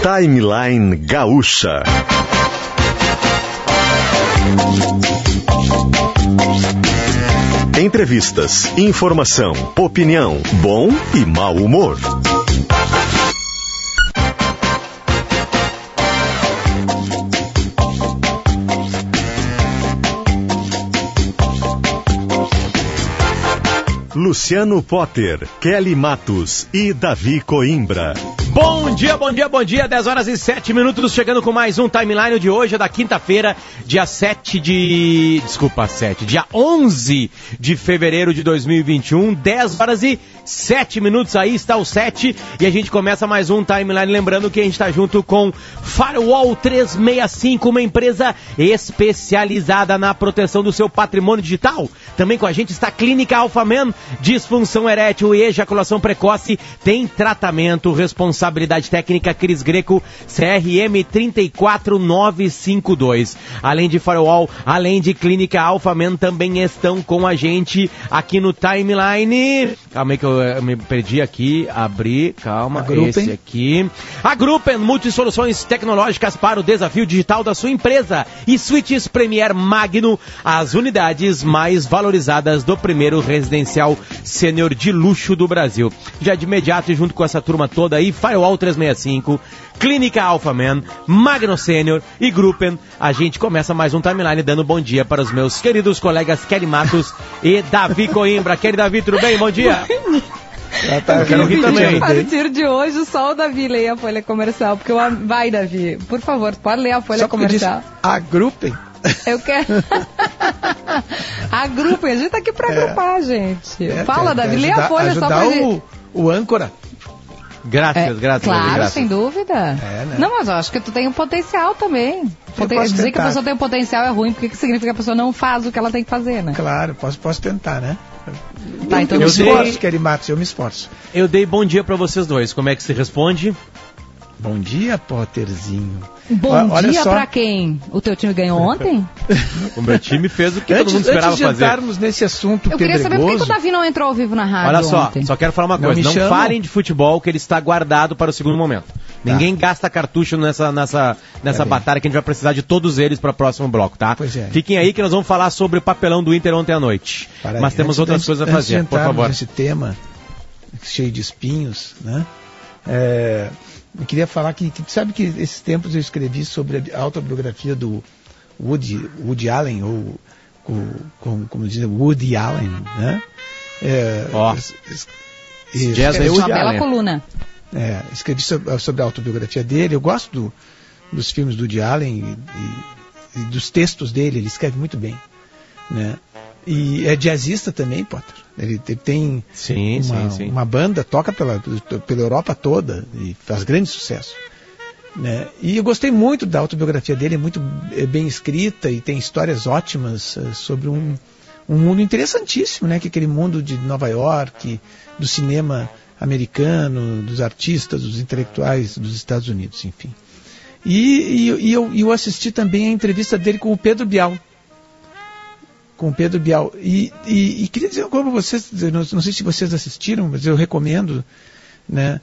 Timeline Gaúcha. Entrevistas, informação, opinião, bom e mau humor. Luciano Potter, Kelly Matos e Davi Coimbra. Bom dia, 10 horas e 7 minutos, chegando com mais um Timeline de hoje, é da quinta-feira, dia 11 de fevereiro de 2021, 10 horas e 7 minutos, aí está o 7, e a gente começa mais um Timeline, lembrando que a gente está junto com Firewall 365, uma empresa especializada na proteção do seu patrimônio digital. Também com a gente está a Clínica Alphaman, disfunção erétil e ejaculação precoce, tem tratamento, responsabilidade técnica Cris Greco, CRM 34952. Além de Firewall, além de Clínica Alphaman, também estão com a gente aqui no Timeline. Calma aí que eu me perdi aqui, abri, calma, esse aqui. A Gruppen, multisoluções tecnológicas para o desafio digital da sua empresa. E Switches Premier Magno, as unidades mais valorizadas do primeiro residencial sênior de luxo do Brasil. Já de imediato, e junto com essa turma toda aí, Firewall 365, Clínica Alphaman, Magno Sênior e Gruppen, a gente começa mais um Timeline dando bom dia para os meus queridos colegas Kelly Matos e Davi Coimbra. Kelly, Davi, tudo bem? Bom dia. Eu quero rir também. A partir de hoje, só o Davi leia a folha comercial, porque vai, Davi, por favor, pode ler a folha comercial. A Gruppen? Eu quero. Agrupem, a gente tá aqui pra agrupar, gente. Fala, Davi, lê a folha só pra gente. O âncora. Graças. Claro, sem dúvida. Né? Não, mas eu acho que tu tem um potencial também. Dizer que a pessoa tem um potencial é ruim, porque significa que a pessoa não faz o que ela tem que fazer, né? Claro, posso tentar, né? Tá, então eu me esforço, Kelly Matos, eu me esforço. Eu dei bom dia pra vocês dois. Como é que se responde? Bom dia, Potterzinho. Bom dia só... pra quem? O teu time ganhou ontem? O meu time fez o que todo mundo esperava fazer. Antes de entrarmos nesse assunto pedregoso... Eu queria saber por que o Davi não entrou ao vivo na rádio Olha só, ontem. só quero falar uma coisa. Não falem de futebol, que ele está guardado para o segundo momento. Ninguém gasta cartucho nessa batalha, que a gente vai precisar de todos eles para o próximo bloco, tá? Pois é. Fiquem aí que nós vamos falar sobre o papelão do Inter ontem à noite. Mas temos outras coisas a fazer, por favor. Esse tema cheio de espinhos, né? Eu queria falar que sabe que esses tempos eu escrevi sobre a autobiografia do Woody Allen, ou como dizem, Woody Allen, né? Uma bela coluna. Escrevi sobre a autobiografia dele. Eu gosto dos filmes do Woody Allen e dos textos dele, ele escreve muito bem, né? E é jazzista também, Potter. Ele tem uma banda, toca pela Europa toda e faz grande sucesso, né? E eu gostei muito da autobiografia dele, é muito bem escrita e tem histórias ótimas sobre um mundo interessantíssimo, né? Que é aquele mundo de Nova York, do cinema americano, dos artistas, dos intelectuais dos Estados Unidos, enfim. E eu assisti também a entrevista dele com o Pedro Bial. E queria dizer uma coisa para vocês, não sei se vocês assistiram, mas eu recomendo, né?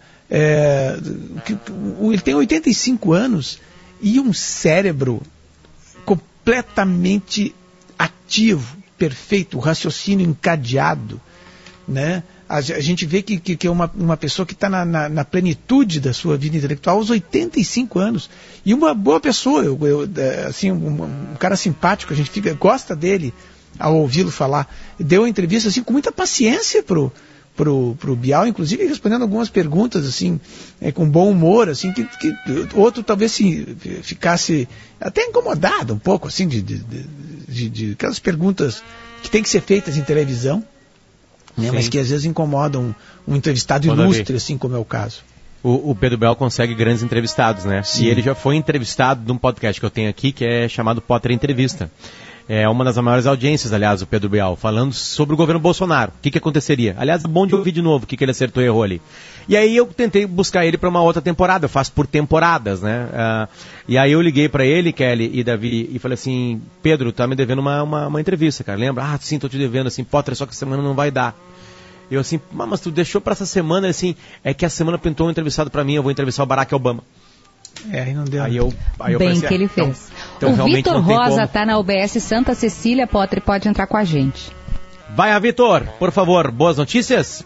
Ele tem 85 anos e um cérebro completamente ativo, perfeito, o raciocínio encadeado, né? A gente vê que é uma pessoa que está na plenitude da sua vida intelectual aos 85 anos. E uma boa pessoa, assim, um cara simpático, a gente gosta dele ao ouvi-lo falar. Deu uma entrevista assim, com muita paciência pro Bial, inclusive respondendo algumas perguntas assim, com bom humor, assim, que outro talvez ficasse até incomodado um pouco assim, de aquelas perguntas que tem que ser feitas em televisão, né, mas que às vezes incomodam um entrevistado ilustre, assim como é o caso. O Pedro Bial consegue grandes entrevistados, né? Sim. E ele já foi entrevistado num podcast que eu tenho aqui, que é chamado Potter Entrevista. É uma das maiores audiências, aliás, o Pedro Bial, falando sobre o governo Bolsonaro. O que aconteceria? Aliás, é bom de ouvir de novo o que ele acertou e errou ali. E aí eu tentei buscar ele para uma outra temporada, eu faço por temporadas, né? E aí eu liguei para ele, Kelly e Davi, e falei assim, Pedro, tá me devendo uma entrevista, cara, lembra? Sim, tô te devendo, assim, Potter, só que essa semana não vai dar. Eu assim, mas tu deixou para essa semana, assim, é que a semana pintou um entrevistado para mim, eu vou entrevistar o Barack Obama. Aí não deu. Aí eu bem pensei, que ele fez. Então o Vitor Rosa está na UBS Santa Cecília, Potter, pode entrar com a gente. Vai, Vitor, por favor, boas notícias?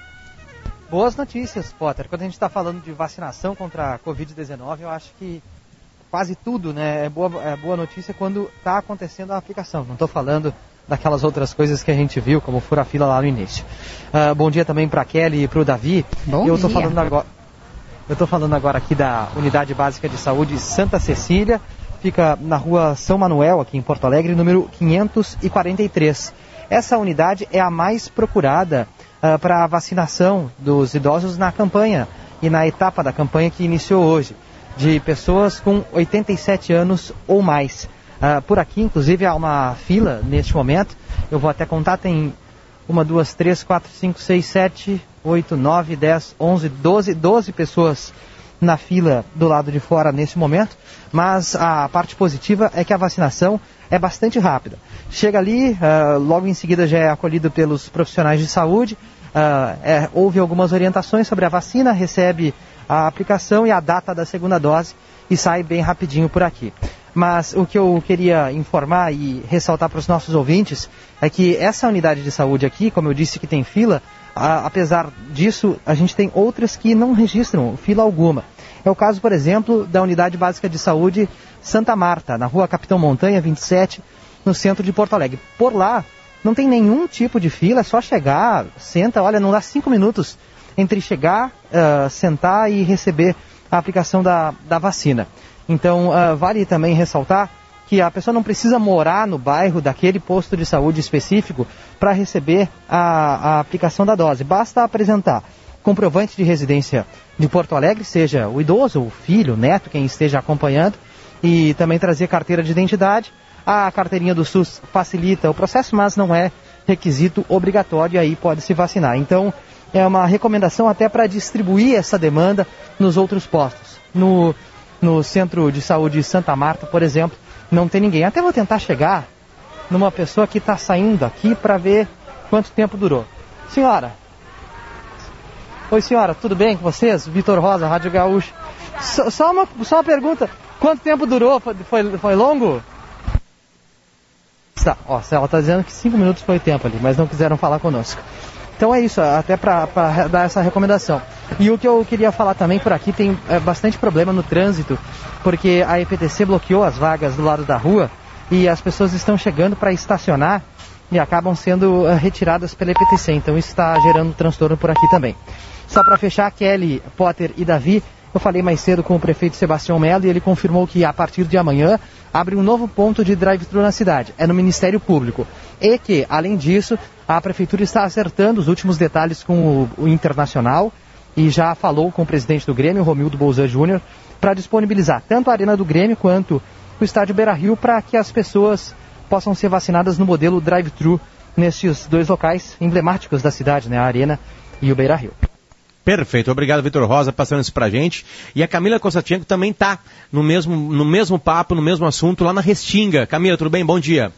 Boas notícias, Potter. Quando a gente está falando de vacinação contra a Covid-19, eu acho que quase tudo, né, é boa notícia quando está acontecendo a aplicação. Não estou falando daquelas outras coisas que a gente viu, como fura-fila lá no início. Bom dia também para a Kelly e para o Davi. Eu estou falando agora aqui da Unidade Básica de Saúde Santa Cecília. Fica na rua São Manuel, aqui em Porto Alegre, número 543. Essa unidade é a mais procurada para a vacinação dos idosos na campanha e na etapa da campanha que iniciou hoje, de pessoas com 87 anos ou mais. Por aqui, inclusive, há uma fila neste momento. Eu vou até contar, tem 1, 2, 3, 4, 5, 6, 7, 8, 9, 10, 11, 12 pessoas na fila do lado de fora nesse momento, mas a parte positiva é que a vacinação é bastante rápida. Chega ali, logo em seguida já é acolhido pelos profissionais de saúde, houve algumas orientações sobre a vacina, recebe a aplicação e a data da segunda dose e sai bem rapidinho por aqui. Mas o que eu queria informar e ressaltar para os nossos ouvintes é que essa unidade de saúde aqui, como eu disse que tem fila, apesar disso, a gente tem outras que não registram fila alguma. É o caso, por exemplo, da Unidade Básica de Saúde Santa Marta, na rua Capitão Montanha, 27, no centro de Porto Alegre. Por lá, não tem nenhum tipo de fila, é só chegar, senta, olha, não dá 5 minutos entre chegar, sentar e receber a aplicação da vacina. Então, vale também ressaltar que a pessoa não precisa morar no bairro daquele posto de saúde específico para receber a aplicação da dose. Basta apresentar comprovante de residência de Porto Alegre, seja o idoso, o filho, o neto, quem esteja acompanhando, e também trazer carteira de identidade. A carteirinha do SUS facilita o processo, mas não é requisito obrigatório e aí pode se vacinar. Então, é uma recomendação até para distribuir essa demanda nos outros postos. No Centro de Saúde Santa Marta, por exemplo, não tem ninguém. Até vou tentar chegar numa pessoa que está saindo aqui para ver quanto tempo durou. Senhora. Oi, senhora, tudo bem com vocês? Vitor Rosa, Rádio Gaúcho. Só uma pergunta. Quanto tempo durou? Foi longo? Tá, ela está dizendo que 5 minutos foi o tempo ali, mas não quiseram falar conosco. Então é isso, até para dar essa recomendação. E o que eu queria falar também por aqui, tem bastante problema no trânsito, porque a EPTC bloqueou as vagas do lado da rua e as pessoas estão chegando para estacionar e acabam sendo retiradas pela EPTC. Então isso está gerando transtorno por aqui também. Só para fechar, Kelly, Potter e Davi, eu falei mais cedo com o prefeito Sebastião Melo e ele confirmou que a partir de amanhã abre um novo ponto de drive-thru na cidade, é no Ministério Público. E que, além disso, a Prefeitura está acertando os últimos detalhes com o Internacional e já falou com o presidente do Grêmio, Romildo Bolzan Júnior, para disponibilizar tanto a Arena do Grêmio quanto o Estádio Beira-Rio para que as pessoas possam ser vacinadas no modelo drive-thru nesses dois locais emblemáticos da cidade, né, a Arena e o Beira-Rio. Perfeito, obrigado Vitor Rosa passando isso pra gente. E a Camila Kostatienko também tá no mesmo papo, no mesmo assunto lá na Restinga. Camila, tudo bem? Bom dia.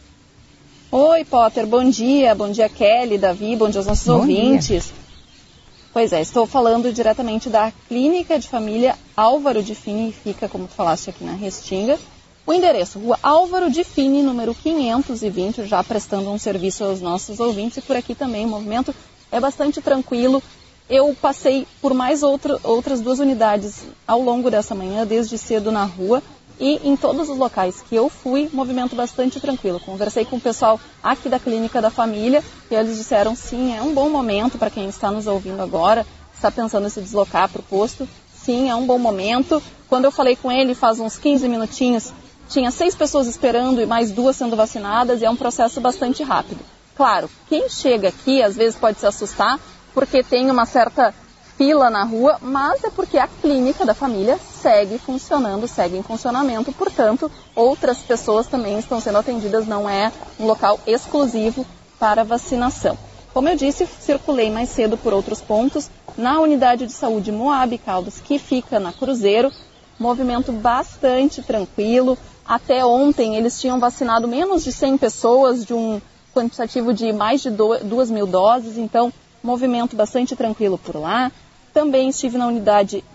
Oi, Potter, bom dia Kelly, Davi, bom dia aos nossos ouvintes. Dia. Pois é, estou falando diretamente da Clínica de Família Álvaro de Fini, fica, como tu falaste, aqui na Restinga. O endereço, Rua Álvaro de Fini, número 520, já prestando um serviço aos nossos ouvintes. E por aqui também o movimento é bastante tranquilo. Eu passei por mais outras 2 unidades ao longo dessa manhã, desde cedo na rua, e em todos os locais que eu fui, movimento bastante tranquilo. Conversei com o pessoal aqui da Clínica da Família e eles disseram sim, é um bom momento para quem está nos ouvindo agora, está pensando em se deslocar para o posto, sim, é um bom momento. Quando eu falei com ele faz uns 15 minutinhos, tinha 6 pessoas esperando e mais 2 sendo vacinadas e é um processo bastante rápido. Claro, quem chega aqui às vezes pode se assustar, porque tem uma certa fila na rua, mas é porque a Clínica da Família segue funcionando, segue em funcionamento, portanto, outras pessoas também estão sendo atendidas, não é um local exclusivo para vacinação. Como eu disse, circulei mais cedo por outros pontos, na Unidade de Saúde Moab Caldas, que fica na Cruzeiro, movimento bastante tranquilo. Até ontem eles tinham vacinado menos de 100 pessoas, de um quantitativo de mais de 2.000 doses, então movimento bastante tranquilo por lá. Também estive na unidade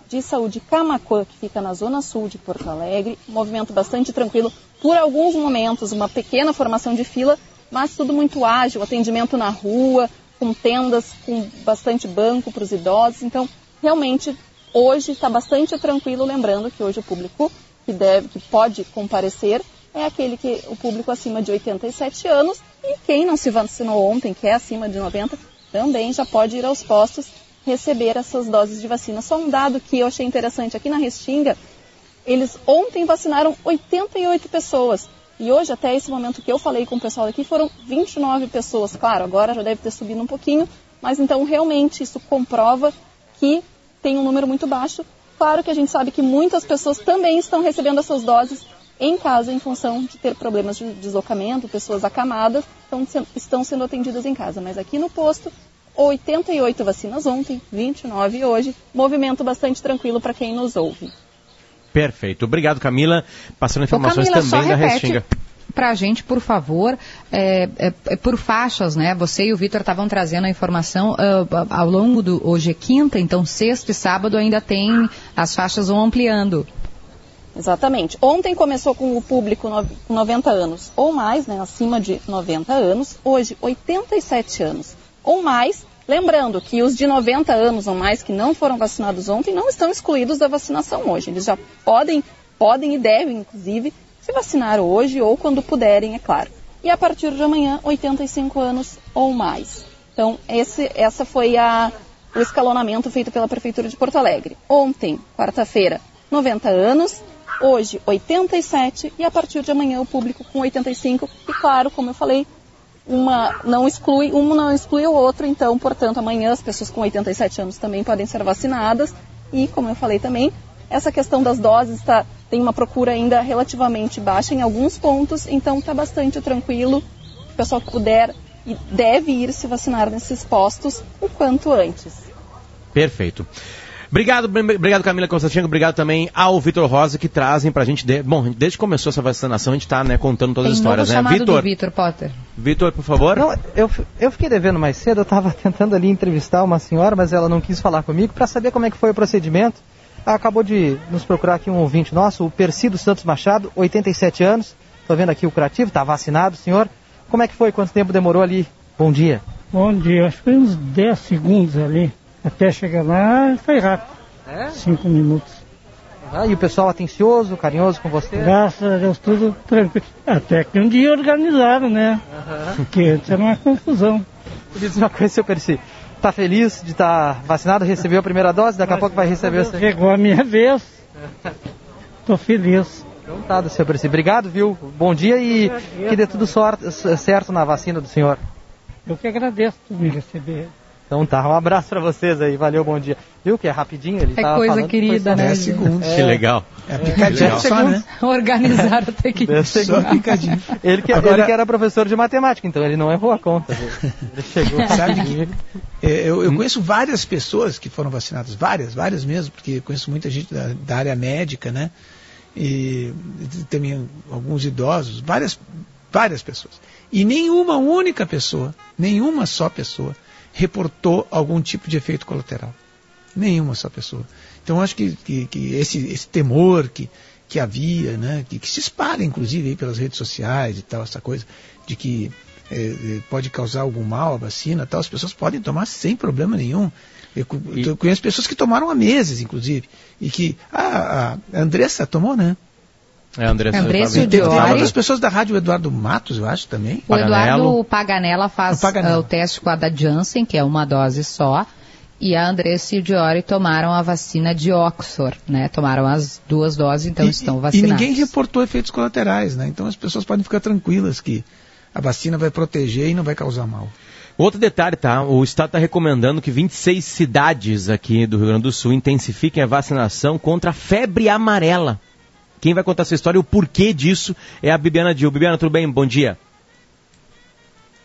de Saúde Camaquã, que fica na zona sul de Porto Alegre. Um movimento bastante tranquilo, por alguns momentos, uma pequena formação de fila, mas tudo muito ágil, atendimento na rua, com tendas, com bastante banco para os idosos. Então, realmente, hoje está bastante tranquilo, lembrando que hoje o público que pode comparecer é o público acima de 87 anos, e quem não se vacinou ontem, que é acima de 90, também já pode ir aos postos receber essas doses de vacina. Só um dado que eu achei interessante, aqui na Restinga, eles ontem vacinaram 88 pessoas, e hoje, até esse momento que eu falei com o pessoal aqui, foram 29 pessoas. Claro, agora já deve ter subido um pouquinho, mas então realmente isso comprova que tem um número muito baixo. Claro que a gente sabe que muitas pessoas também estão recebendo essas doses em casa, em função de ter problemas de deslocamento, pessoas acamadas, então estão sendo atendidas em casa. Mas aqui no posto, 88 vacinas ontem, 29 hoje, movimento bastante tranquilo para quem nos ouve. Perfeito. Obrigado, Camila. Passando informações Camila, também da Restinga. Pra gente, por favor, por faixas, né? Você e o Vitor estavam trazendo a informação ao longo hoje é quinta, então sexta e sábado ainda tem, as faixas vão ampliando. Exatamente. Ontem começou com o público com 90 anos ou mais, né? Acima de 90 anos. Hoje, 87 anos ou mais. Lembrando que os de 90 anos ou mais que não foram vacinados ontem não estão excluídos da vacinação hoje. Eles já podem e devem, inclusive, se vacinar hoje ou quando puderem, é claro. E a partir de amanhã, 85 anos ou mais. Então, essa foi o escalonamento feito pela Prefeitura de Porto Alegre. Ontem, quarta-feira, 90 anos, hoje 87 e a partir de amanhã o público com 85. E claro, como eu falei, um não exclui o outro, então, portanto, amanhã as pessoas com 87 anos também podem ser vacinadas. E, como eu falei também, essa questão das doses tem uma procura ainda relativamente baixa em alguns pontos, então está bastante tranquilo. O pessoal que puder e deve ir se vacinar nesses postos o quanto antes. Perfeito. Obrigado Camila Constantino, obrigado também ao Vitor Rosa, que trazem pra gente, desde que começou essa vacinação, a gente tá, né, contando todas as histórias, né? Vitor Potter. Vitor, por favor. Não, eu fiquei devendo mais cedo, eu tava tentando ali entrevistar uma senhora, mas ela não quis falar comigo para saber como é que foi o procedimento. Acabou de nos procurar aqui um ouvinte nosso, o Percido Santos Machado, 87 anos, tô vendo aqui o curativo, tá vacinado, senhor. Como é que foi? Quanto tempo demorou ali? Bom dia. Bom dia, acho que foi uns 10 segundos ali. Até chegar lá, foi rápido. 5 minutos. E o pessoal atencioso, carinhoso com você? Graças a Deus, tudo tranquilo. Até que um dia organizaram, né? Porque antes era uma confusão. Me diz uma coisa, seu Percy. Tá feliz de estar vacinado? Recebeu a primeira dose? Daqui a pouco vai receber a segunda? Chegou a minha vez. Tô feliz. Então tá, seu Percy. Obrigado, viu? Bom dia e que dê tudo certo na vacina do senhor. Eu que agradeço por me receber. Então tá, um abraço pra vocês aí, valeu, bom dia. Viu que é rapidinho? Ele tava coisa falando querida, né? 10 segundos. Que legal. É picadinho só, né? Organizaram até que... Só picadinho. Ele que era professor de matemática, então ele não errou a conta. Ele chegou. Sabe que eu conheço várias pessoas que foram vacinadas, várias mesmo, porque eu conheço muita gente da área médica, né? E também alguns idosos, várias pessoas. E nenhuma só pessoa reportou algum tipo de efeito colateral. Nenhuma só pessoa. Então, acho que esse temor que havia, né, que se espalha, inclusive, aí pelas redes sociais e tal, essa coisa de que pode causar algum mal a vacina, tal, as pessoas podem tomar sem problema nenhum. Eu conheço pessoas que tomaram há meses, inclusive, e que a Andressa tomou, né? Andressa e tem outras pessoas da rádio, o Eduardo Matos, eu acho, também. O Eduardo Paganella faz o teste com a da Janssen, que é uma dose só, e a Andressa e o Diori tomaram a vacina de Oxford, né? Tomaram as 2 doses, então estão vacinados. E ninguém reportou efeitos colaterais, né? Então as pessoas podem ficar tranquilas que a vacina vai proteger e não vai causar mal. Outro detalhe, tá? O Estado está recomendando que 26 cidades aqui do Rio Grande do Sul intensifiquem a vacinação contra a febre amarela. Quem vai contar essa história e o porquê disso é a Bibiana Dil. Bibiana, tudo bem? Bom dia.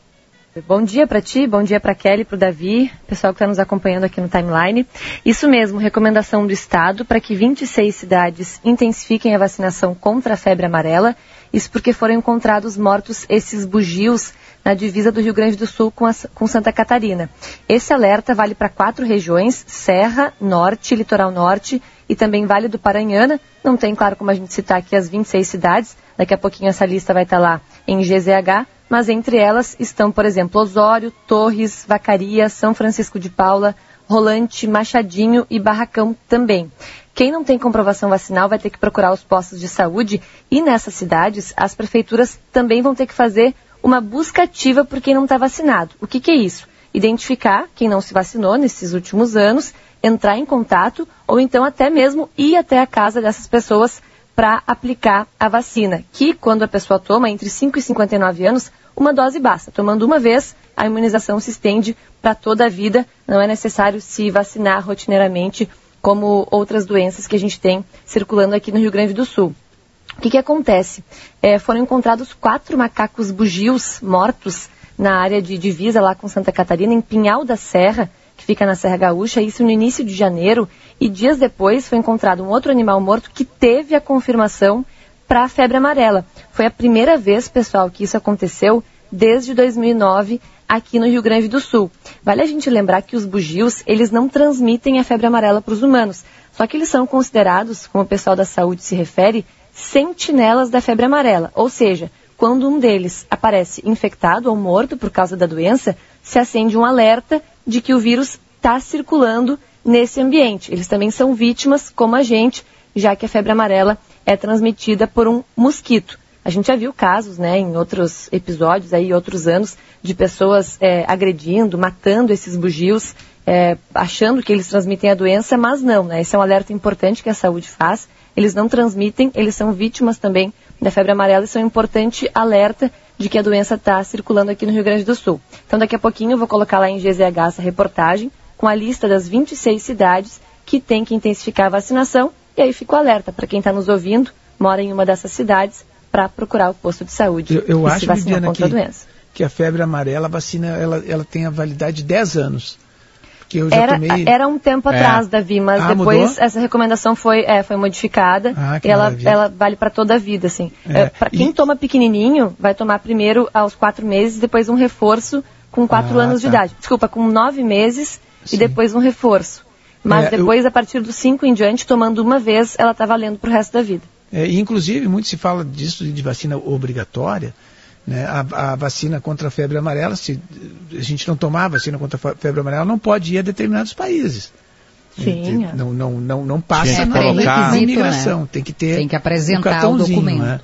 Bom dia para ti, bom dia para Kelly, para o Davi, pessoal que está nos acompanhando aqui no Timeline. Isso mesmo, recomendação do Estado para que 26 cidades intensifiquem a vacinação contra a febre amarela. Isso porque foram encontrados mortos esses bugios na divisa do Rio Grande do Sul com Santa Catarina. Esse alerta vale para 4 regiões, Serra, Norte, Litoral Norte e também Vale do Paranhana. Não tem, claro, como a gente citar aqui as 26 cidades, daqui a pouquinho essa lista vai estar lá em GZH, mas entre elas estão, por exemplo, Osório, Torres, Vacaria, São Francisco de Paula, Rolante, Machadinho e Barracão também. Quem não tem comprovação vacinal vai ter que procurar os postos de saúde e nessas cidades as prefeituras também vão ter que fazer uma busca ativa por quem não está vacinado. O que é isso? Identificar quem não se vacinou nesses últimos anos, entrar em contato ou então até mesmo ir até a casa dessas pessoas para aplicar a vacina, que quando a pessoa toma entre 5 e 59 anos, uma dose basta. Tomando uma vez, a imunização se estende para toda a vida, não é necessário se vacinar rotineiramente como outras doenças que a gente tem circulando aqui no Rio Grande do Sul. O que acontece? Foram encontrados 4 macacos bugios mortos na área de divisa lá com Santa Catarina, em Pinhal da Serra, que fica na Serra Gaúcha, isso no início de janeiro, e dias depois foi encontrado um outro animal morto que teve a confirmação para a febre amarela. Foi a primeira vez, pessoal, que isso aconteceu desde 2009 aqui no Rio Grande do Sul. Vale a gente lembrar que os bugios, eles não transmitem a febre amarela para os humanos, só que eles são considerados, como o pessoal da saúde se refere, sentinelas da febre amarela, ou seja, quando um deles aparece infectado ou morto por causa da doença, se acende um alerta de que o vírus está circulando nesse ambiente. Eles também são vítimas, como a gente, já que a febre amarela é transmitida por um mosquito. A gente já viu casos, né, em outros episódios, aí, outros anos, de pessoas agredindo, matando esses bugios, achando que eles transmitem a doença, mas não, né? Esse é um alerta importante que a saúde faz. Eles não transmitem, eles são vítimas também da febre amarela e são um importante alerta de que a doença está circulando aqui no Rio Grande do Sul. Então, daqui a pouquinho eu vou colocar lá em GZH essa reportagem com a lista das 26 cidades que tem que intensificar a vacinação. E aí fica o alerta para quem está nos ouvindo, mora em uma dessas cidades, para procurar o posto de saúde eu e acho, se vacinar Viviana, contra a doença. Que a febre amarela, a vacina, ela tem a validade de 10 anos. Que eu já tomei... Era um tempo atrás, Davi, mas depois mudou? essa recomendação foi modificada e ela vale para toda a vida, assim. Para quem toma pequenininho, vai tomar primeiro aos 4 meses, depois um reforço com 4 anos de idade. Desculpa, com 9 meses e depois um reforço. Mas depois, a partir dos 5 em diante, tomando uma vez, ela está valendo para o resto da vida. Inclusive, muito se fala disso, de vacina obrigatória, né? A vacina contra a febre amarela, se a gente não tomar a vacina contra a febre amarela, não pode ir a determinados países. Sim. Não passa na imigração, né? Tem que apresentar o documento. Né?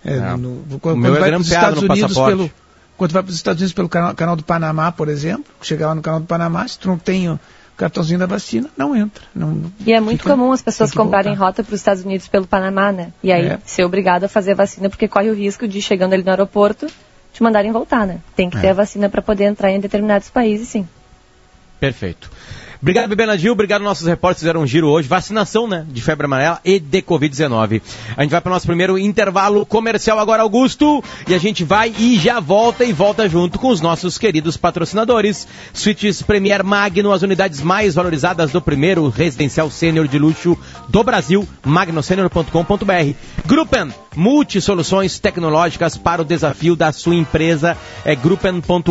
Quando vai para os Estados Unidos quando vai para os Estados Unidos pelo canal do Panamá, por exemplo, chegar lá no canal do Panamá, se tu não tem o cartãozinho da vacina, não entra. E é muito comum as pessoas comprarem rota para os Estados Unidos pelo Panamá, né? E aí ser obrigado a fazer a vacina, porque corre o risco de, chegando ali no aeroporto, te mandarem voltar, né? Tem que ter a vacina para poder entrar em determinados países, sim. Perfeito. Obrigado, Bibiana Gil. Obrigado, nossos repórteres fizeram um giro hoje. Vacinação, né? De febre amarela e de Covid-19. A gente vai para o nosso primeiro intervalo comercial agora, Augusto. E a gente vai e já volta junto com os nossos queridos patrocinadores. Suítes Premier Magno, as unidades mais valorizadas do primeiro residencial sênior de luxo do Brasil. magnosenior.com.br. Gruppen, multisoluções tecnológicas para o desafio da sua empresa. É gruppen.com.br.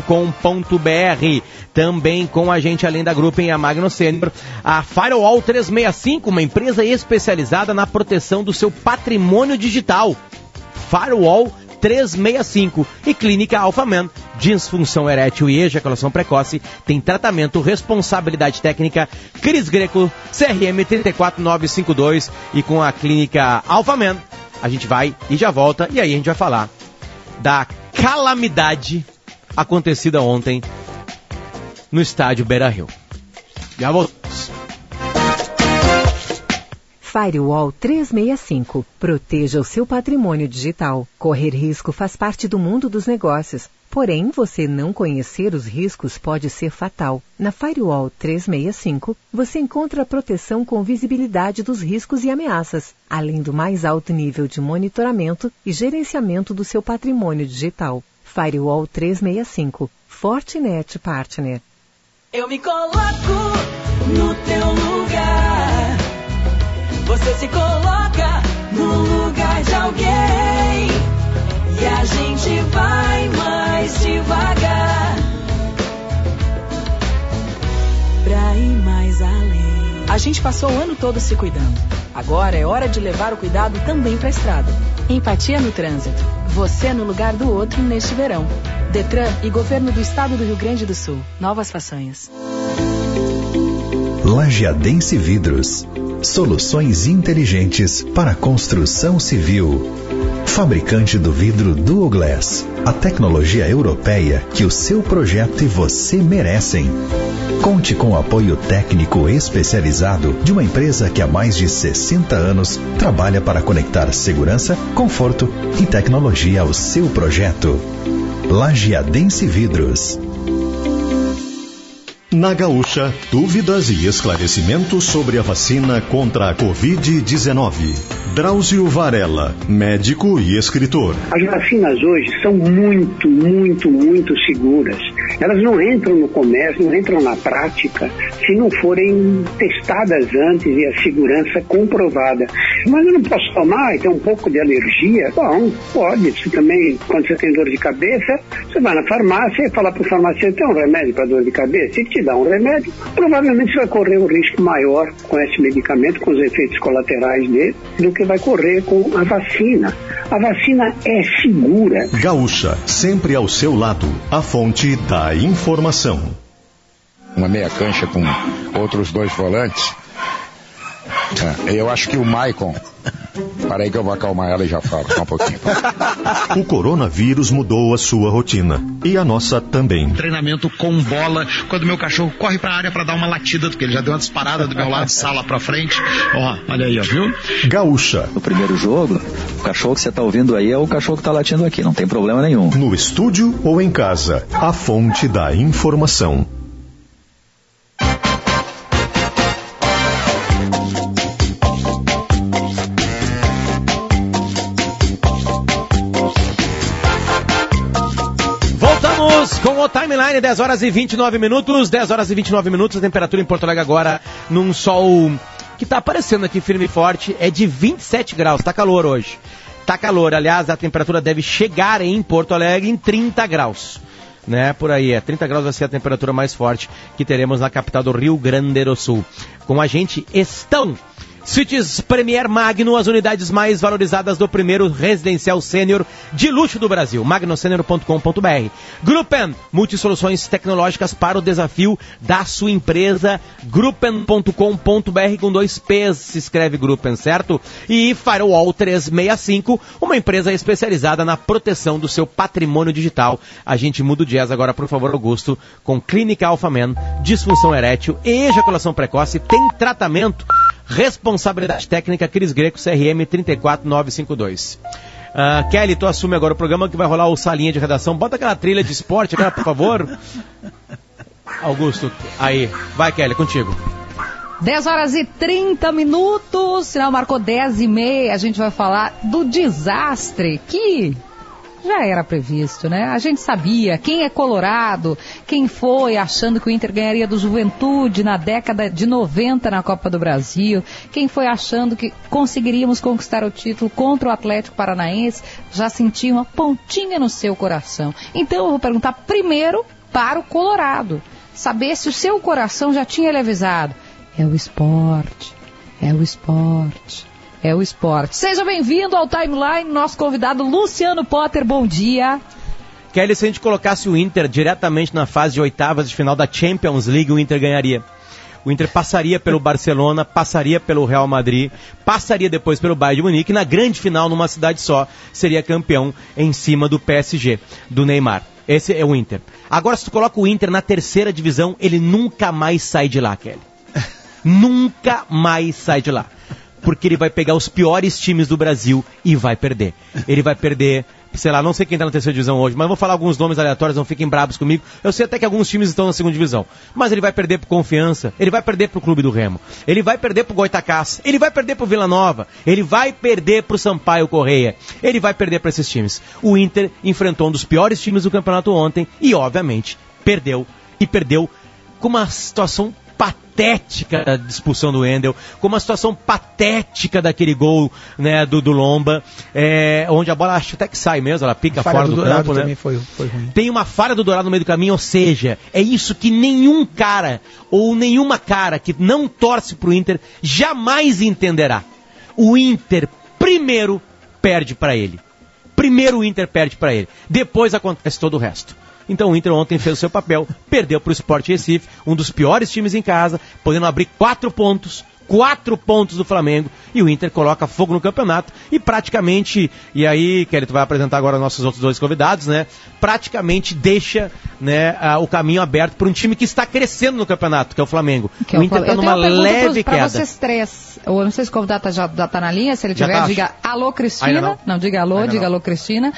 Também com a gente, além da Gruppen, a Magno Senior, a Firewall 365, uma empresa especializada na proteção do seu patrimônio digital. Firewall 365 e Clínica Alphaman, disfunção erétil e ejaculação precoce, tem tratamento, responsabilidade técnica, Cris Greco, CRM 34952 e com a Clínica Alphaman a gente vai e já volta e aí a gente vai falar da calamidade acontecida ontem no estádio Beira-Rio. Já voltamos. Firewall 365. Proteja o seu patrimônio digital. Correr risco faz parte do mundo dos negócios. Porém, você não conhecer os riscos pode ser fatal. Na Firewall 365, você encontra a proteção com visibilidade dos riscos e ameaças, além do mais alto nível de monitoramento e gerenciamento do seu patrimônio digital. Firewall 365. Fortinet Partner. Eu me coloco no teu lugar. Você se coloca no lugar de alguém. E a gente vai mais devagar pra ir mais além. A gente passou o ano todo se cuidando. Agora é hora de levar o cuidado também pra estrada. Empatia no trânsito. Você no lugar do outro neste verão. Detran e Governo do Estado do Rio Grande do Sul. Novas façanhas. Lajeadense Vidros. Soluções inteligentes para a construção civil. Fabricante do vidro Duo Glass. A tecnologia europeia que o seu projeto e você merecem. Conte com o apoio técnico especializado de uma empresa que há mais de 60 anos trabalha para conectar segurança, conforto e tecnologia ao seu projeto. Lajeadense Vidros. Na Gaúcha, dúvidas e esclarecimentos sobre a vacina contra a Covid-19. Drauzio Varela, médico e escritor. As vacinas hoje são muito seguras. Elas não entram no comércio, não entram na prática, se não forem testadas antes e a segurança comprovada. Mas eu não posso tomar e ter um pouco de alergia? Bom, pode. Você também, quando você tem dor de cabeça, você vai na farmácia e fala para o farmacêutico, tem um remédio para dor de cabeça? E te dá um remédio, provavelmente você vai correr um risco maior com esse medicamento, com os efeitos colaterais dele, do que vai correr com a vacina. A vacina é segura. Gaúcha, sempre ao seu lado, a fonte da informação. Uma meia cancha com outros 2 volantes. Eu acho que o Maicon... Para aí que eu vou acalmar ela e já falo, só um pouquinho. O coronavírus mudou a sua rotina. E a nossa também. Treinamento com bola, quando meu cachorro corre pra área pra dar uma latida, porque ele já deu uma disparada do meu lado, sala pra frente. Ó, olha aí, ó, viu? Gaúcha. No primeiro jogo, o cachorro que você tá ouvindo aí é o cachorro que tá latindo aqui, não tem problema nenhum. No estúdio ou em casa, a fonte da informação. Com o Timeline, 10 horas e 29 minutos, 10 horas e 29 minutos, a temperatura em Porto Alegre agora, num sol que tá aparecendo aqui firme e forte, é de 27 graus, tá calor hoje. Tá calor, aliás, a temperatura deve chegar em Porto Alegre em 30 graus. Né, por aí, 30 graus vai ser a temperatura mais forte que teremos na capital do Rio Grande do Sul. Com a gente estão Cities Premier Magno, as unidades mais valorizadas do primeiro residencial sênior de luxo do Brasil. magnosenior.com.br. Gruppen, multisoluções tecnológicas para o desafio da sua empresa. Gruppen.com.br com 2 P's, se escreve Gruppen, certo? E Firewall 365, uma empresa especializada na proteção do seu patrimônio digital. A gente muda o jazz agora, por favor, Augusto, com Clínica Alphaman, disfunção erétil e ejaculação precoce, tem tratamento. Responsabilidade técnica, Cris Greco, CRM 34952. Kelly, tu assume agora o programa que vai rolar o Salinha de Redação. Bota aquela trilha de esporte agora, por favor. Augusto, aí. Vai, Kelly, contigo. 10 horas e 30 minutos, sinal marcou 10h30, a gente vai falar do desastre que já era previsto, né? A gente sabia, quem é colorado, quem foi achando que o Inter ganharia do Juventude na década de 90 na Copa do Brasil, quem foi achando que conseguiríamos conquistar o título contra o Atlético Paranaense, já sentia uma pontinha no seu coração. Então eu vou perguntar primeiro para o colorado, saber se o seu coração já tinha lhe avisado. É o esporte, é o esporte. É o esporte. Seja bem-vindo ao Timeline, nosso convidado Luciano Potter, bom dia. Kelly, se a gente colocasse o Inter diretamente na fase de oitavas de final da Champions League, o Inter ganharia. O Inter passaria pelo Barcelona, passaria pelo Real Madrid, passaria depois pelo Bayern de Munique, e na grande final, numa cidade só, seria campeão em cima do PSG, do Neymar. Esse é o Inter. Agora, se tu coloca o Inter na terceira divisão, ele nunca mais sai de lá, Kelly. Nunca mais sai de lá. Porque ele vai pegar os piores times do Brasil e vai perder. Ele vai perder, sei lá, não sei quem está na terceira divisão hoje, mas vou falar alguns nomes aleatórios, não fiquem bravos comigo. Eu sei até que alguns times estão na segunda divisão. Mas ele vai perder pro Confiança, ele vai perder pro Clube do Remo, ele vai perder pro Goitacás, ele vai perder pro Vila Nova, ele vai perder pro Sampaio Correia, ele vai perder para esses times. O Inter enfrentou um dos piores times do campeonato ontem e, obviamente, perdeu. E perdeu com uma situação patética da expulsão do Wendel, com uma situação patética daquele gol, né, do Lomba, onde a bola acho até que sai mesmo, ela pica fora do campo, né? Também foi ruim. Tem uma falha do Dourado no meio do caminho, ou seja, é isso que nenhum cara ou nenhuma cara que não torce pro Inter jamais entenderá. O Inter primeiro perde para ele. Primeiro o Inter perde para ele. Depois acontece todo o resto. Então o Inter ontem fez o seu papel, perdeu para o Sport Recife, um dos piores times em casa, podendo abrir 4 pontos do Flamengo, e o Inter coloca fogo no campeonato, e praticamente, e aí, Kelly, tu vai apresentar agora nossos outros 2 convidados, né, praticamente deixa, né, o caminho aberto para um time que está crescendo no campeonato, que é o Flamengo. O Inter está numa leve queda. Para vocês 3, eu não sei se o convidado já está na linha, se ele tiver, diga alô, Cristina, não diga alô, diga alô, Cristina.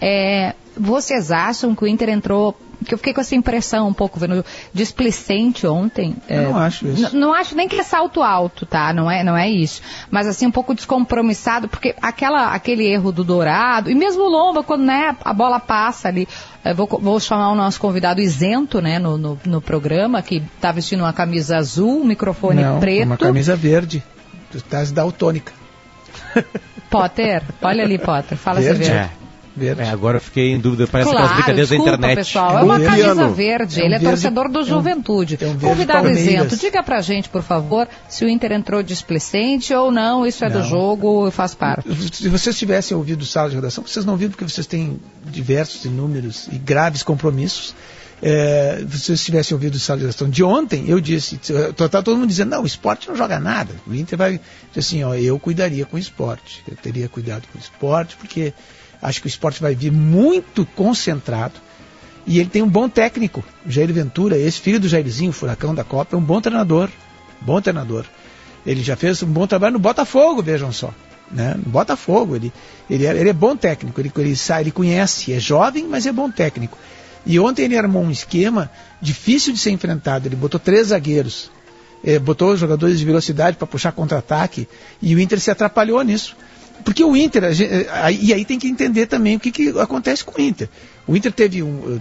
Vocês acham que o Inter entrou, que eu fiquei com essa impressão um pouco vendo displicente ontem. Eu não acho isso. Não acho nem que é salto alto, tá? Não é isso. Mas assim, um pouco descompromissado, porque aquele erro do Dourado, e mesmo o Lomba, quando, né, a bola passa ali, vou chamar o nosso convidado isento, né, no programa, que tá vestindo uma camisa azul, um microfone preto. Uma camisa verde, daltônica. Potter, olha ali, Potter, fala se verde. Agora eu fiquei em dúvida, parece aquelas brincadeiras da internet. Pessoal, é uma camisa verde, ele é torcedor do Juventude. Convidado isento, diga pra gente, por favor, se o Inter entrou displicente ou não, isso é do jogo e faz parte. Se vocês tivessem ouvido o sala de redação, vocês não viram porque vocês têm diversos, inúmeros e graves compromissos. Se vocês tivessem ouvido o sala de redação de ontem, eu disse, tá todo mundo dizendo, não, o Sport não joga nada. O Inter vai, assim, eu cuidaria com o Sport, eu teria cuidado com o Sport, porque acho que o Sport vai vir muito concentrado e ele tem um bom técnico, o Jair Ventura, esse filho do Jairzinho, furacão da Copa, é um bom treinador. Ele já fez um bom trabalho no Botafogo, vejam só, né? No Botafogo, ele é bom técnico, ele conhece, é jovem, mas é bom técnico. E ontem ele armou um esquema difícil de ser enfrentado, ele botou 3 zagueiros, botou jogadores de velocidade para puxar contra-ataque, e o Inter se atrapalhou nisso. Porque o Inter, e aí tem que entender também o que acontece com o Inter. O Inter teve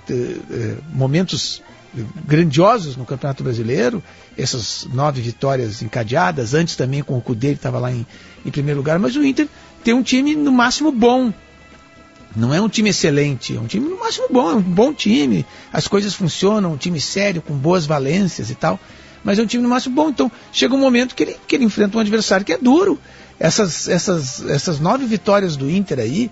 momentos grandiosos no Campeonato Brasileiro, essas 9 vitórias encadeadas, antes também com o Cudê, que estava lá em primeiro lugar, mas o Inter tem um time no máximo bom. Não é um time excelente, é um time no máximo bom, é um bom time, as coisas funcionam, um time sério, com boas valências e tal, mas é um time no máximo bom. Então chega um momento que ele enfrenta um adversário que é duro. Essas 9 vitórias do Inter aí,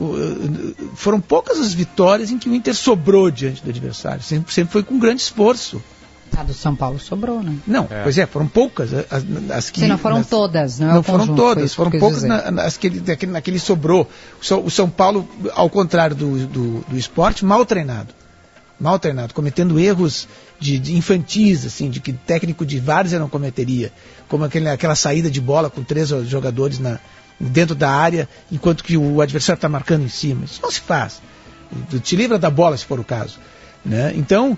foram poucas as vitórias em que o Inter sobrou diante do adversário. Sempre foi com grande esforço. A do São Paulo sobrou, né? Não, pois foram poucas. As que, não foram todas, não é? Não foram todas, foram poucas naquele sobrou. O São Paulo, ao contrário do Sport, mal treinado, cometendo erros de infantis, assim, de que técnico de várzea não cometeria, como aquela saída de bola com 3 jogadores dentro da área, enquanto que o adversário está marcando em cima. Isso não se faz. Te livra da bola, se for o caso, né? Então,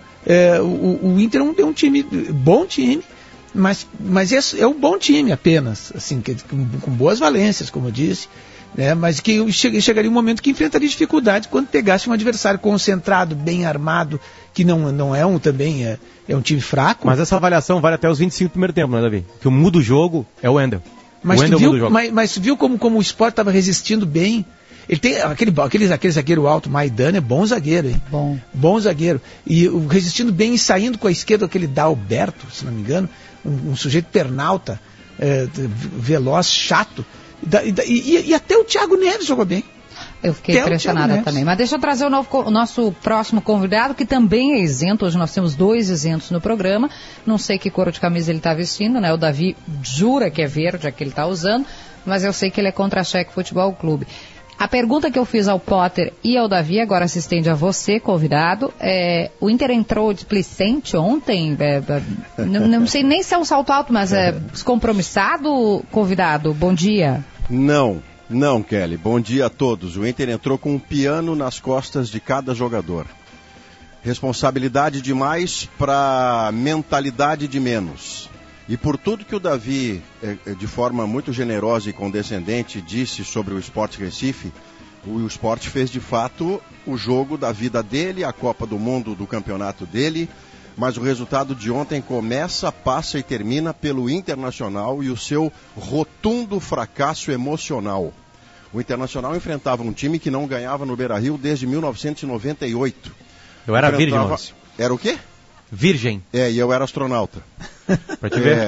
o Inter é um time, bom time, mas é um bom time apenas, assim, com boas valências, como eu disse, né? Mas que chegaria um momento que enfrentaria dificuldade quando pegasse um adversário concentrado, bem armado, que não é também é um time fraco. Mas essa avaliação vale até os 25 do primeiro tempo, né, Davi? Que o muda o jogo é o Wendel. Mas viu como o Sport estava resistindo bem? Ele tem aquele zagueiro alto, Maidana, é bom zagueiro, hein? Bom zagueiro. E resistindo bem e saindo com a esquerda, aquele Dalberto, se não me engano, um sujeito pernalta, veloz, chato. E até o Thiago Neves jogou bem. Eu fiquei impressionada também. Mas deixa eu trazer o nosso próximo convidado, que também é isento. Hoje nós temos 2 isentos no programa. Não sei que cor de camisa ele está vestindo, né? O Davi jura que é verde, a que ele está usando, mas eu sei que ele é contra a Cheque Futebol Clube. A pergunta que eu fiz ao Potter e ao Davi, agora se estende a você, convidado. O Inter entrou displicente ontem? Não sei nem se é um salto alto, mas descompromissado, convidado? Bom dia. Não, Kelly. Bom dia a todos. O Inter entrou com um piano nas costas de cada jogador. Responsabilidade demais para mentalidade de menos. E por tudo que o Davi, de forma muito generosa e condescendente, disse sobre o Sport Recife, O Sport fez de fato o jogo da vida dele, a Copa do Mundo do campeonato dele, mas o resultado de ontem começa, passa e termina pelo Internacional e o seu rotundo fracasso emocional. O Internacional enfrentava um time que não ganhava no Beira-Rio desde 1998. Eu era virgem, Maurício. Era o quê? Virgem. E eu era astronauta. Pra te ver?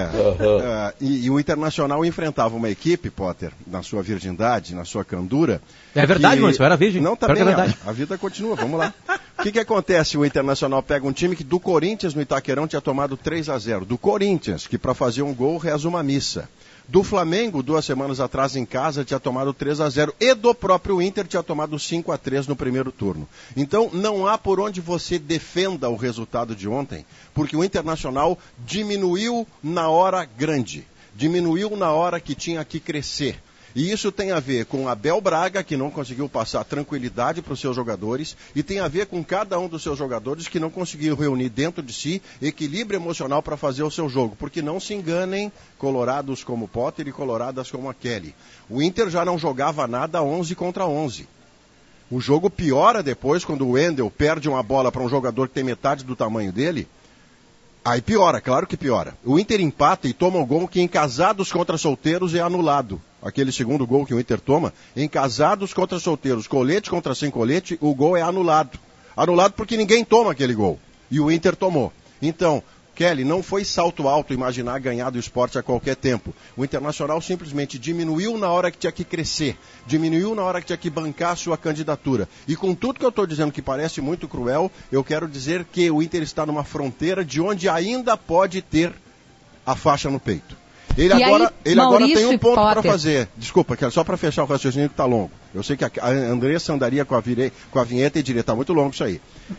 E o Internacional enfrentava uma equipe, Potter, na sua virgindade, na sua candura. É verdade, Maurício, eu era virgem. Não, também é verdade. A vida continua, vamos lá. O que acontece? O Internacional pega um time que do Corinthians no Itaquerão tinha tomado 3-0. Do Corinthians, que para fazer um gol reza uma missa. Do Flamengo, 2 semanas atrás em casa, tinha tomado 3-0. E do próprio Inter tinha tomado 5-3 no primeiro turno. Então, não há por onde você defenda o resultado de ontem, porque o Internacional diminuiu na hora grande. Diminuiu na hora que tinha que crescer. E isso tem a ver com Abel Braga, que não conseguiu passar tranquilidade para os seus jogadores, e tem a ver com cada um dos seus jogadores que não conseguiu reunir dentro de si equilíbrio emocional para fazer o seu jogo. Porque não se enganem, colorados como Potter e coloradas como a Kelly. O Inter já não jogava nada 11 contra 11. O jogo piora depois, quando o Wendel perde uma bola para um jogador que tem metade do tamanho dele. Aí piora, claro que piora. O Inter empata e toma um gol que em casados contra solteiros é anulado. Aquele segundo gol que o Inter toma, em casados contra solteiros, colete contra sem colete, o gol é anulado. Anulado porque ninguém toma aquele gol. E o Inter tomou. Então, Kelly, não foi salto alto imaginar ganhar do Sport a qualquer tempo. O Internacional simplesmente diminuiu na hora que tinha que crescer. Diminuiu na hora que tinha que bancar a sua candidatura. E com tudo que eu estou dizendo que parece muito cruel, eu quero dizer que o Inter está numa fronteira de onde ainda pode ter a faixa no peito. Ele agora tem um ponto para fazer. Desculpa, só para fechar o raciocínio que está longo. Eu sei que a Andressa andaria com a vinheta e diria, está muito longo isso aí.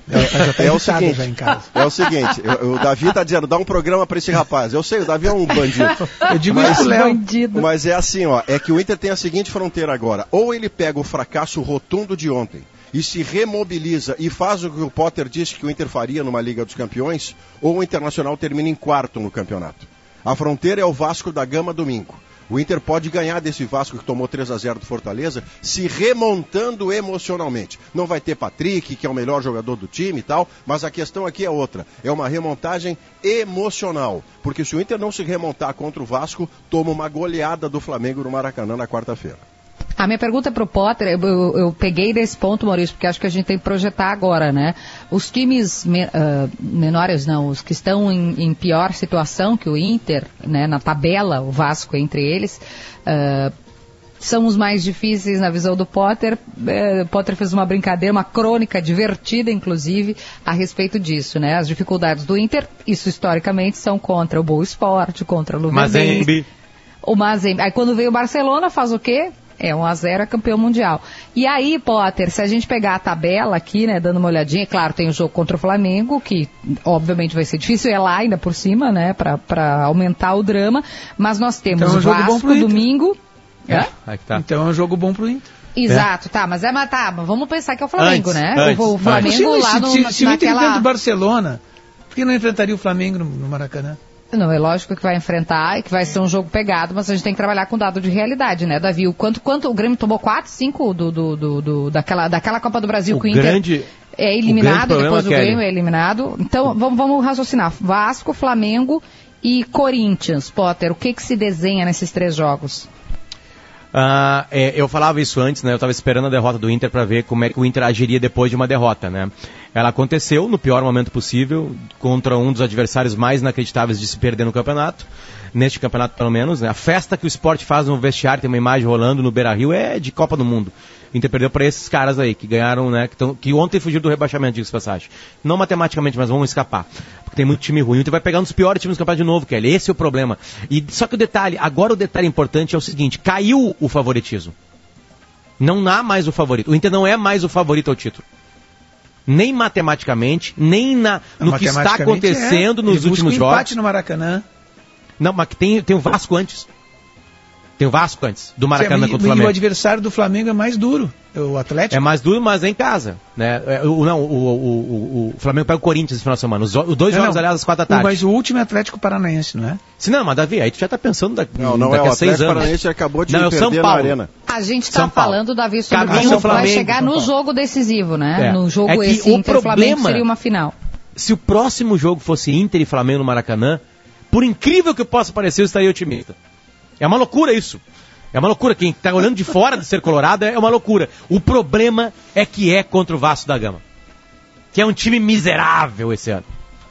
É o seguinte, o Davi está dizendo, dá um programa para esse rapaz. Eu sei, o Davi é um bandido. Eu digo isso, Léo. Mas é assim, ó, é que o Inter tem a seguinte fronteira agora. Ou ele pega o fracasso rotundo de ontem e se remobiliza e faz o que o Potter disse que o Inter faria numa Liga dos Campeões, ou o Internacional termina em quarto no campeonato. A fronteira é o Vasco da Gama domingo. O Inter pode ganhar desse Vasco que tomou 3-0 do Fortaleza, se remontando emocionalmente. Não vai ter Patrick, que é o melhor jogador do time e tal, mas a questão aqui é outra. É uma remontagem emocional. Porque se o Inter não se remontar contra o Vasco, toma uma goleada do Flamengo no Maracanã na quarta-feira. A minha pergunta para o Potter, eu peguei desse ponto, Maurício, porque acho que a gente tem que projetar agora, né? Os times menores, não, os que estão em pior situação que o Inter, né, na tabela, o Vasco entre eles, são os mais difíceis na visão do Potter. Potter fez uma brincadeira, uma crônica divertida, inclusive, a respeito disso, né? As dificuldades do Inter, isso historicamente, são contra o Boa Esporte, contra o Luverdense. O Mazembe. Aí quando veio o Barcelona, faz o quê? 1-0, é campeão mundial. E aí, Potter, se a gente pegar a tabela aqui, né, dando uma olhadinha, claro, tem o jogo contra o Flamengo, que obviamente vai ser difícil, é lá ainda por cima, né, pra aumentar o drama, mas nós temos o Vasco domingo. Então é um jogo bom pro Inter. Exato, tá, mas vamos pensar que é o Flamengo, né? O Flamengo lá no... Se o Inter enfrenta o Barcelona, por que não enfrentaria o Flamengo no Maracanã? Não, é lógico que vai enfrentar e que vai ser um jogo pegado, mas a gente tem que trabalhar com dado de realidade, né, Davi? Quanto o Grêmio tomou 4, 5 daquela Copa do Brasil que o Inter é eliminado, depois o Grêmio é eliminado. Então, vamos raciocinar. Vasco, Flamengo e Corinthians. Potter, o que se desenha nesses 3 jogos? Eu falava isso antes, né? Eu estava esperando a derrota do Inter para ver como é que o Inter agiria depois de uma derrota, né? Ela aconteceu no pior momento possível, contra um dos adversários mais inacreditáveis de se perder no campeonato, neste campeonato pelo menos, né? A festa que o Sport faz no vestiário, tem uma imagem rolando no Beira-Rio, é de Copa do Mundo. O Inter perdeu para esses caras aí, que ganharam, né? Que ontem fugiram do rebaixamento, diga-se passagem. Não matematicamente, mas vão escapar. Porque tem muito time ruim. O Inter vai pegar um dos piores times do campeonato de novo, Kelly. Esse é o problema. Só que o detalhe importante é o seguinte, caiu o favoritismo. Não há mais o favorito. O Inter não é mais o favorito ao título. Nem matematicamente, nem no que está acontecendo nos últimos jogos. Empate no Maracanã. Não, mas tem o Vasco antes. Tem o Vasco antes, do Maracanã contra o Flamengo. E o adversário do Flamengo é mais duro, o Atlético. É mais duro, mas é em casa. Né? O Flamengo pega o Corinthians no final de semana. Os dois jogos, aliás, às 4 da tarde. Mas o último é Atlético Paranaense, não é? Não, mas Davi, aí tu já tá pensando daqui a 6 anos. O Atlético Paranaense acabou de perder na Arena. A gente está falando, Davi, sobre o que vai chegar no jogo decisivo, né? No jogo esse Inter-Flamengo seria uma final. Se o próximo jogo fosse Inter e Flamengo no Maracanã, por incrível que possa parecer, eu estaria otimista. É uma loucura isso. É uma loucura. Quem está olhando de fora de ser colorado é uma loucura. O problema é que é contra o Vasco da Gama, que é um time miserável esse ano.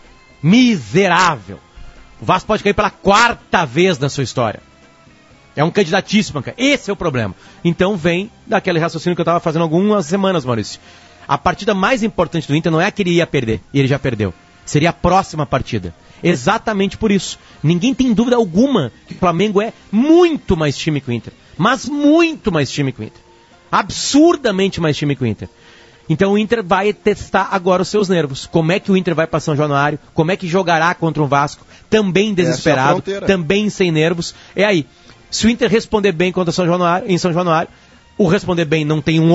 Miserável. O Vasco pode cair pela 4ª vez na sua história. É um candidatíssimo. Esse é o problema. Então vem daquele raciocínio que eu estava fazendo há algumas semanas, Maurício. A partida mais importante do Inter não é a que ele ia perder, e ele já perdeu. Seria a próxima partida. Exatamente por isso. Ninguém tem dúvida alguma que o Flamengo é muito mais time que o Inter. Mas muito mais time que o Inter. Absurdamente mais time que o Inter. Então o Inter vai testar agora os seus nervos. Como é que o Inter vai para São Januário? Como é que jogará contra um Vasco? Também desesperado, também sem nervos. É aí. Se o Inter responder bem contra em São Januário, o responder bem não tem um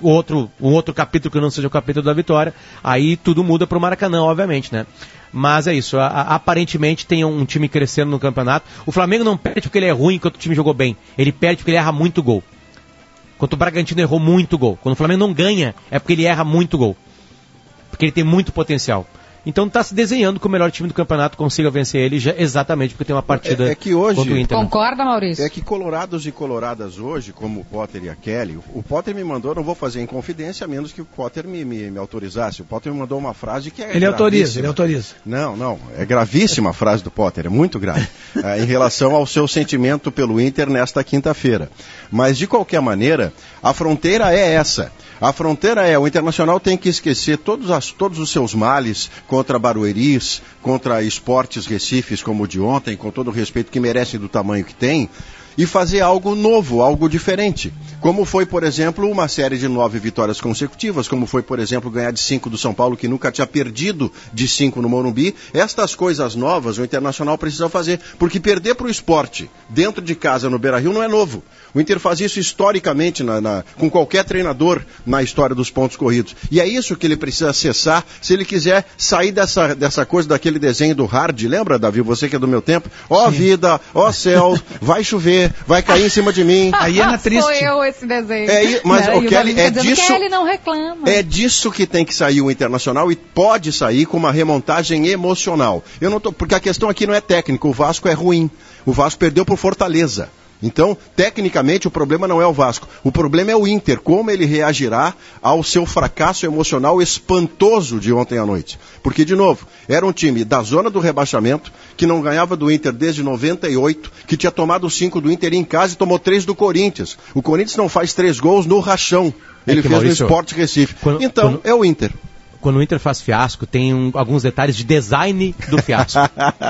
outro capítulo que não seja o capítulo da vitória, aí tudo muda para o Maracanã, obviamente, né? Mas é isso, aparentemente tem um time crescendo no campeonato. O Flamengo não perde porque ele é ruim enquanto o time jogou bem, ele perde porque ele erra muito gol. Enquanto o Bragantino errou muito gol. Quando o Flamengo não ganha, é porque ele erra muito gol. Porque ele tem muito potencial. Então está se desenhando que o melhor time do campeonato consiga vencer ele exatamente porque tem uma partida que hoje, contra o Inter. Concorda, Maurício? É que colorados e coloradas hoje, como o Potter e a Kelly, o Potter me mandou, não vou fazer em confidência, a menos que o Potter me autorizasse. O Potter me mandou uma frase que é Ele autoriza. Não, é gravíssima a frase do Potter, é muito grave, em relação ao seu sentimento pelo Inter nesta quinta-feira. Mas, de qualquer maneira, a fronteira é essa. A fronteira o Internacional tem que esquecer todos os seus males contra Barueris, contra Esportes Recifes como o de ontem, com todo o respeito que merecem do tamanho que tem, e fazer algo novo, algo diferente. Como foi, por exemplo, uma série de 9 vitórias consecutivas, como foi, por exemplo, ganhar de 5 do São Paulo, que nunca tinha perdido de 5 no Morumbi. Estas coisas novas o Internacional precisa fazer, porque perder para o Sport dentro de casa no Beira-Rio não é novo. O Inter faz isso historicamente com qualquer treinador na história dos pontos corridos. E é isso que ele precisa acessar se ele quiser sair dessa coisa, daquele desenho do Hard. Lembra, Davi, você que é do meu tempo? Ó vida, ó céu, vai chover, vai cair em cima de mim. Aí é na triste. Sou eu esse desenho. Mas o Kelly, Kelly não reclama. É disso que tem que sair o Internacional, e pode sair com uma remontagem emocional. Porque a questão aqui não é técnica, o Vasco é ruim. O Vasco perdeu por Fortaleza. Então, tecnicamente, o problema não é o Vasco. O problema é o Inter, como ele reagirá ao seu fracasso emocional espantoso de ontem à noite. Porque, de novo, era um time da zona do rebaixamento, que não ganhava do Inter desde 98, que tinha tomado 5 do Inter em casa e tomou 3 do Corinthians. O Corinthians não faz 3 gols no rachão. Ele fez Maurício, no Sport Recife. É o Inter. Quando o Inter faz fiasco, tem alguns detalhes de design do fiasco.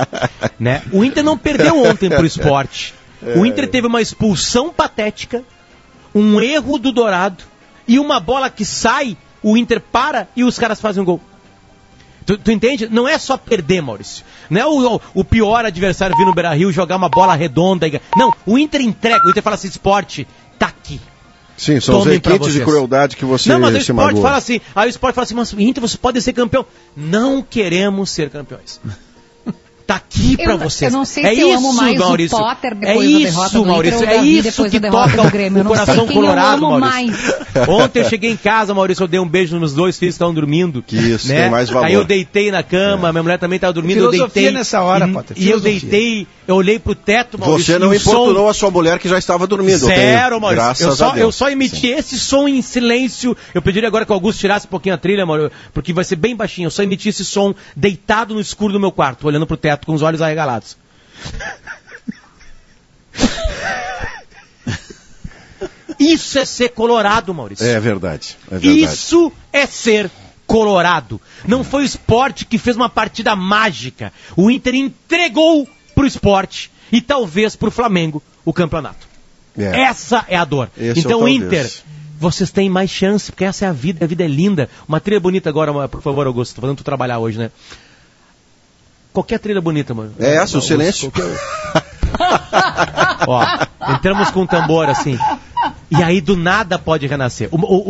Né? O Inter não perdeu ontem pro Sport. O Inter teve uma expulsão patética, um erro do Dourado e uma bola que sai, o Inter para e os caras fazem um gol. Tu entende? Não é só perder, Maurício. Não é o pior adversário vir no Beira-Rio jogar uma bola redonda. Não, o Inter entrega, o Inter fala assim, Sport, tá aqui. Sim, são os requintes de crueldade que você se magoou. Não, mas o Sport fala assim, aí o Sport fala assim, mas Inter, você pode ser campeão. Não queremos ser campeões. Tá aqui pra vocês. Eu não sei se eu amo mais Maurício. O Potter depois da derrota do Maurício. Inter, é isso que toca o coração colorado, Maurício. Mais. Ontem eu cheguei em casa, Maurício, eu dei um beijo nos meus 2 filhos que estavam dormindo. Que isso, né? Tem mais valor. Aí eu deitei na cama, minha mulher também estava dormindo, eu deitei. Nessa hora, Potter. E eu deitei, eu olhei pro teto, Maurício. Você não importunou a sua mulher que já estava dormindo. Zero, Maurício. Eu só emiti esse som em silêncio. Eu pediria agora que o Augusto tirasse um pouquinho a trilha, Maurício, porque vai ser bem baixinho. Eu só emiti esse som deitado no escuro do meu quarto, olhando pro teto com os olhos arregalados. Isso é ser colorado, Maurício. É verdade, é verdade. Isso é ser colorado. Não foi o Sport que fez uma partida mágica. O Inter entregou pro Sport e talvez pro Flamengo o campeonato. Essa é a dor. Então, Inter, vocês têm mais chance, porque essa é a vida é linda. Uma trilha bonita agora, por favor, Augusto. Tô fazendo tu trabalhar hoje, né? Qualquer trilha bonita, mano. É essa, o silêncio? Ó, entramos com um tambor assim. E aí do nada pode renascer.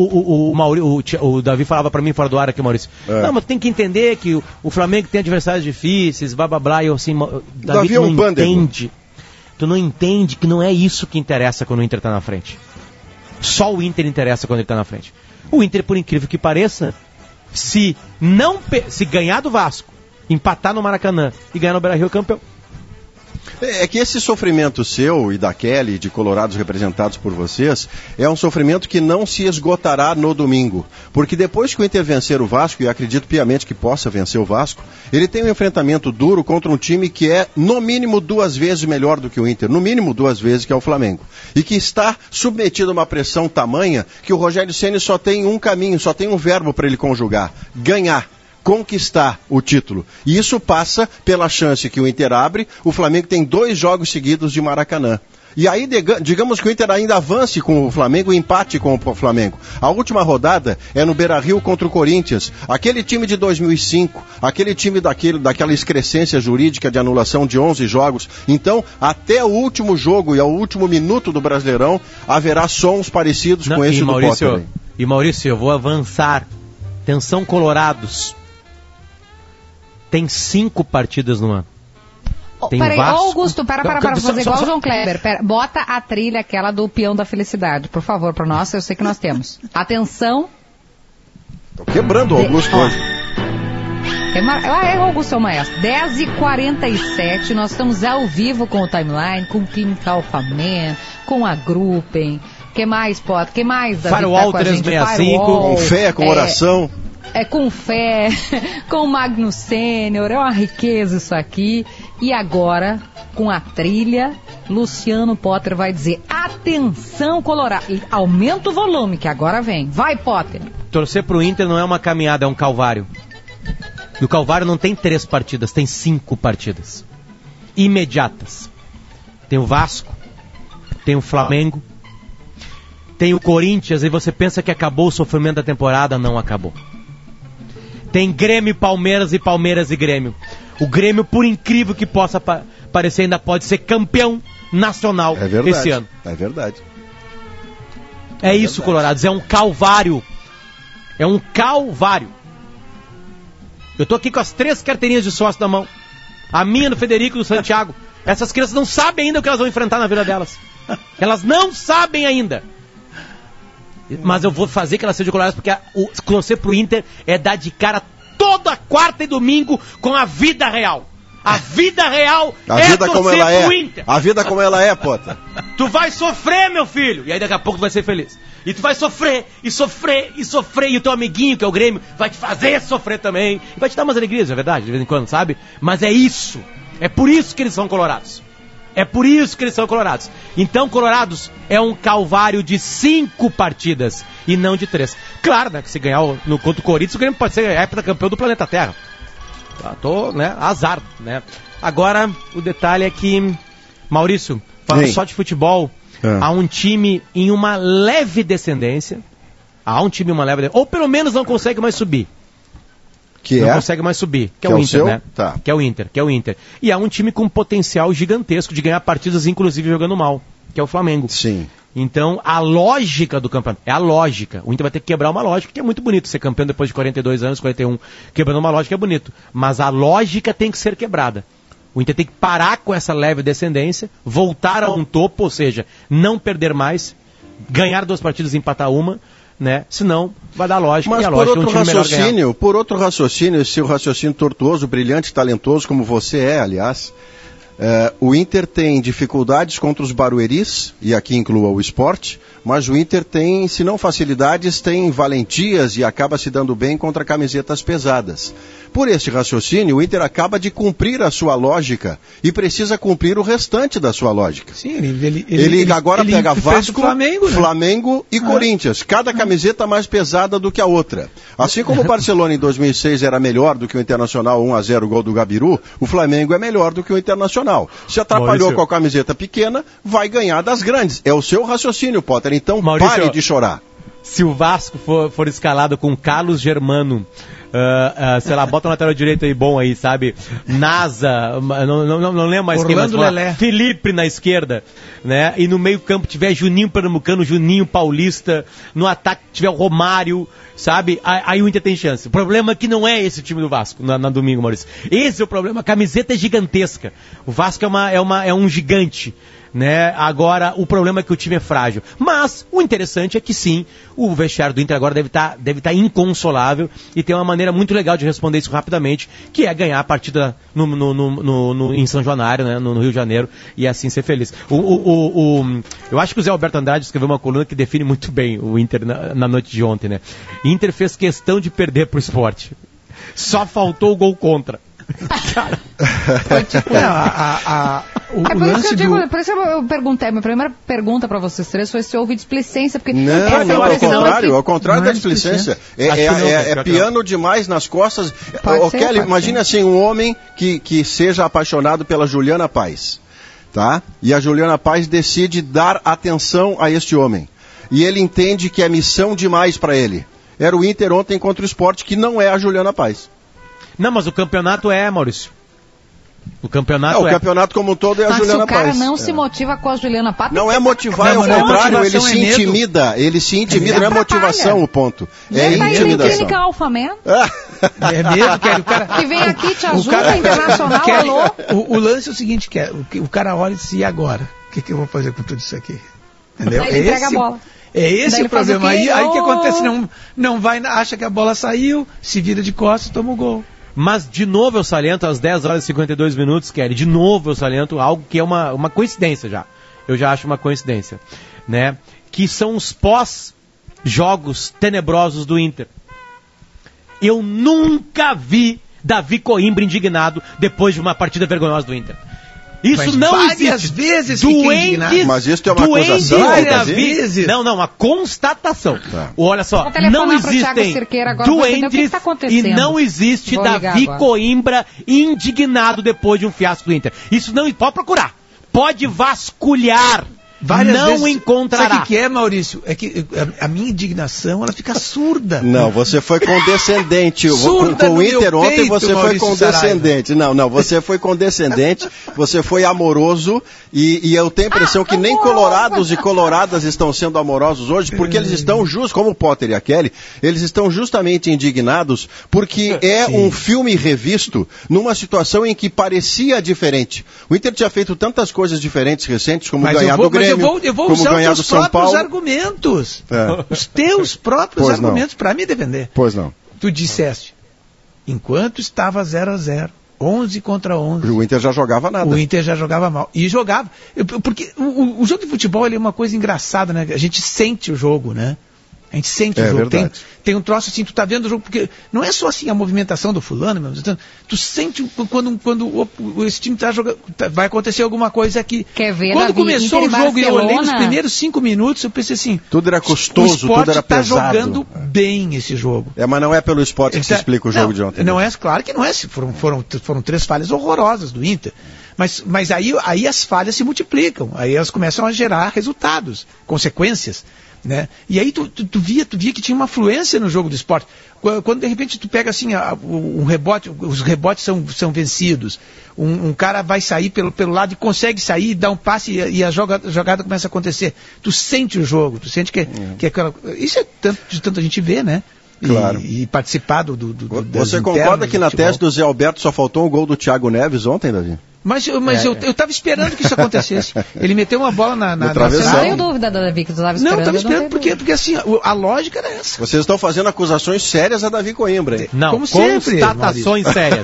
O Davi falava pra mim fora do ar aqui, Maurício. Não, mas tem que entender que o Flamengo tem adversários difíceis, blá blá blá. E eu assim, Davi é um pândego. Tu não entende que não é isso que interessa quando o Inter tá na frente. Só o Inter interessa quando ele está na frente. O Inter, por incrível que pareça, se ganhar do Vasco, empatar no Maracanã e ganhar no Beira-Rio, é campeão. É que esse sofrimento seu e da Kelly, de colorados representados por vocês, é um sofrimento que não se esgotará no domingo. Porque depois que o Inter vencer o Vasco, e acredito piamente que possa vencer o Vasco, ele tem um enfrentamento duro contra um time que é, no mínimo, 2 vezes melhor do que o Inter. No mínimo 2 vezes, que é o Flamengo. E que está submetido a uma pressão tamanha que o Rogério Ceni só tem um caminho, só tem um verbo para ele conjugar: ganhar. Conquistar o título. E isso passa pela chance que o Inter abre. O Flamengo tem 2 jogos seguidos de Maracanã. E aí, digamos que o Inter ainda avance com o Flamengo e empate com o Flamengo. A última rodada é no Beira-Rio contra o Corinthians. Aquele time de 2005, aquele time daquela excrescência jurídica de anulação de 11 jogos. Então, até o último jogo e ao último minuto do Brasileirão, haverá sons parecidos com esse do Potter. E Maurício, eu vou avançar. Atenção, colorados. Tem 5 partidas no ano. Peraí, Augusto, para fazer igual o João Kleber. Bota a trilha aquela do peão da felicidade, por favor, para nós, eu sei que nós temos. Atenção. Tô quebrando o Augusto hoje. O Augusto é o maestro. 10h47, nós estamos ao vivo com o Timeline, com o Clínica Alphaman, com a Gruppen. Que mais, Potter? Que mais, David? Firewall 365. Com fé, com oração. Com fé, com o Magnus Sênior, é uma riqueza isso aqui. E agora, com a trilha, Luciano Potter vai dizer: atenção, Colorado, aumenta o volume que agora vem. Vai, Potter. Torcer pro Inter não é uma caminhada, é um calvário. E o calvário não tem 3 partidas, tem 5 partidas imediatas. Tem o Vasco, tem o Flamengo, tem o Corinthians, e você pensa que acabou o sofrimento da temporada, não acabou. Tem Grêmio, Palmeiras e Grêmio. O Grêmio, por incrível que possa parecer, ainda pode ser campeão nacional esse ano. É verdade. É isso, Colorados. É um calvário. É um calvário. Eu tô aqui com as 3 carteirinhas de sócio na mão. A minha, do Federico e do Santiago. Essas crianças não sabem ainda o que elas vão enfrentar na vida delas. Elas não sabem ainda. Mas eu vou fazer que elas sejam coloradas, porque o torcer pro Inter é dar de cara toda quarta e domingo com a vida real. A vida real é torcer pro Inter. A vida como ela é, Potter. Tu vai sofrer, meu filho, e aí daqui a pouco tu vai ser feliz. E tu vai sofrer, e sofrer, e sofrer, e o teu amiguinho, que é o Grêmio, vai te fazer sofrer também. E vai te dar umas alegrias, é verdade, de vez em quando, sabe? Mas é isso. É por isso que eles são colorados. É por isso que eles são colorados. Então, Colorados é um calvário de 5 partidas e não de 3. Claro, né, que se ganhar contra o Corinthians, o Grêmio pode ser campeão do planeta Terra. Azar, né? Agora, o detalhe é que, Maurício, falando só de futebol, há um time em uma leve descendência. Ou pelo menos não consegue mais subir. Não consegue mais subir, que é o Inter, né? Tá. Que é o Inter. E há um time com potencial gigantesco de ganhar partidas, inclusive jogando mal, que é o Flamengo. Sim. Então, a lógica do campeonato, é a lógica. O Inter vai ter que quebrar uma lógica, que é muito bonito ser campeão depois de 42 anos, 41, quebrando uma lógica é bonito. Mas a lógica tem que ser quebrada. O Inter tem que parar com essa leve descendência, voltar a um topo, ou seja, não perder mais, ganhar 2 partidas e empatar uma, né? Senão vai dar lógica. Mas e a por lógica outro raciocínio, esse raciocínio tortuoso, brilhante, talentoso, como você é, aliás, o Inter tem dificuldades contra os barueris, e aqui inclua o Sport, mas o Inter tem, se não facilidades, tem valentias e acaba se dando bem contra camisetas pesadas. Por este raciocínio, o Inter acaba de cumprir a sua lógica e precisa cumprir o restante da sua lógica. Sim, ele agora pega Vasco, Flamengo, né? Flamengo e Corinthians. Cada camiseta mais pesada do que a outra. Assim como o Barcelona em 2006 era melhor do que o Internacional 1-0 gol do Gabiru, o Flamengo é melhor do que o Internacional. Se atrapalhou Maurício, com a camiseta pequena, vai ganhar das grandes. É o seu raciocínio, Potter. Então Maurício, pare de chorar. Se o Vasco for escalado com Carlos Germano, sei lá, bota o lateral direito aí bom aí, sabe? Nasa, não lembro mais quem, mas Felipe na esquerda, né? E no meio campo tiver Juninho Pernambucano, Juninho Paulista, no ataque tiver o Romário, sabe? Aí o Inter tem chance. O problema é que não é esse time do Vasco na domingo, Maurício. Esse é o problema, a camiseta é gigantesca. O Vasco é um gigante. né? Agora, o problema é que o time é frágil. Mas, o interessante é que sim, o vestiário do Inter agora deve estar inconsolável e tem uma maneira muito legal de responder isso rapidamente, que é ganhar a partida em São Januário, né? No Rio de Janeiro, e assim ser feliz. Eu acho que o Zé Alberto Andrade escreveu uma coluna que define muito bem o Inter na noite de ontem, né? Inter fez questão de perder pro Sport. Só faltou o gol contra. Foi tipo... Por isso eu perguntei, a minha primeira pergunta para vocês três foi se houve displicência, porque... Não, ao contrário da displicência. É piano demais nas costas. Kelly, imagine assim, um homem que seja apaixonado pela Juliana Paes, tá? E a Juliana Paes decide dar atenção a este homem. E ele entende que é missão demais para ele. Era o Inter ontem contra o Sport, que não é a Juliana Paes. Não, mas o campeonato Maurício. O campeonato o campeonato como um todo é a Juliana Paes. Mas o cara não se motiva com a Juliana Paes. Não é motivar, ao contrário, ele se intimida. Ele se intimida, não é motivação o ponto. É intimidação. Ele clínica Alfa Man. É mesmo, Kelly, o cara... Que vem aqui, te ajuda, internacional, Kelly, alô. O lance é o seguinte, o cara olha e diz, e agora? O que eu vou fazer com tudo isso aqui? Entendeu? Daí ele entrega a bola. É esse o problema. Aí que acontece? Não vai, acha que a bola saiu, se vira de costas, toma o gol. Mas, de novo, eu saliento, às 10 horas e 52 minutos, Kelly, de novo eu saliento algo que é uma coincidência já. Eu já acho uma coincidência, né? Que são os pós-jogos tenebrosos do Inter. Eu nunca vi Davi Coimbra indignado depois de uma partida vergonhosa do Inter. Isso mas não várias existe. Vezes mas isso é uma acusação? Várias vezes. Não, uma constatação. Tá. Olha só, não existem duendes e não existe Davi Coimbra indignado depois de um fiasco do Inter. Isso não pode procurar. Pode vasculhar. Várias não vezes, encontrará. Sabe o que é, Maurício? É que a minha indignação, ela fica surda. Não, você foi condescendente. Com o Inter ontem peito, você foi condescendente. Saraiva. Não, você foi condescendente, você foi amoroso e eu tenho a impressão que nem colorados e coloradas estão sendo amorosos hoje, porque eles estão como o Potter e a Kelly, eles estão justamente indignados porque é um filme revisto numa situação em que parecia diferente. O Inter tinha feito tantas coisas diferentes recentes, como ganhar do Grêmio. Eu vou usar os teus próprios argumentos. Os teus próprios argumentos para me defender. Pois não. Tu disseste, enquanto estava 0-0, 11 contra 11. O Inter já jogava nada. O Inter já jogava mal. E jogava. Porque o jogo de futebol ele é uma coisa engraçada, né? A gente sente o jogo, né? A gente sente o jogo. Tem um troço assim, tu tá vendo o jogo, porque não é só assim a movimentação do fulano, meu, tu sente quando esse time tá jogando, vai acontecer alguma coisa aqui. Quer ver, quando Davi, começou o jogo e eu olhei nos primeiros 5 minutos, eu pensei assim, tudo era custoso, tudo era pesado. Tá jogando bem esse jogo. Mas não é pelo esporte que se explica o jogo de ontem. Não é, claro que não é. Foram 3 falhas horrorosas do Inter. Mas aí as falhas se multiplicam, aí elas começam a gerar resultados, consequências. Né? E aí tu via que tinha uma fluência no jogo do Sport. Quando de repente tu pega assim um rebote, os rebotes são vencidos, um cara vai sair pelo lado e consegue sair, dá um passe e a jogada começa a acontecer. Tu sente o jogo, tu sente que aquela... Isso é de tanto a gente vê, né? Claro. E participar do Você concorda que na tese do Zé Alberto só faltou um gol do Thiago Neves ontem, Davi? Mas eu estava esperando que isso acontecesse. Ele meteu uma bola na travessão. Eu não tenho dúvida, Davi, que tu estava esperando. Não, eu estava esperando porque assim, a lógica era essa. Vocês estão fazendo acusações sérias a Davi Coimbra, hein? Não, como sempre, constatações sérias.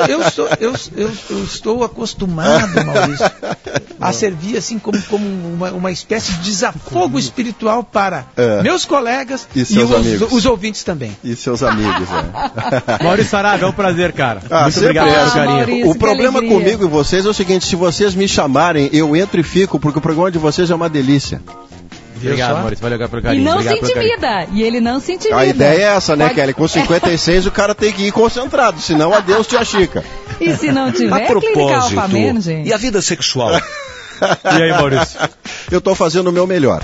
Eu estou acostumado, Maurício, a servir assim como uma espécie de desafogo espiritual para meus colegas e os ouvintes também. E seus amigos, Maurício Saraiva, é um prazer, cara. Muito obrigado pelo carinho. Maurício, o problema comigo e vocês é o seguinte, se vocês me chamarem, eu entro e fico, porque o programa de vocês é uma delícia. Obrigado, Maurício, valeu pelo carinho. E não se intimida, e ele não se intimida. A ideia é essa, né, Kelly? Com 56 o cara tem que ir concentrado, senão adeus tia Chica. E se não tiver, clínica Alfa Man, gente. E a vida sexual? E aí, Maurício? Eu tô fazendo o meu melhor.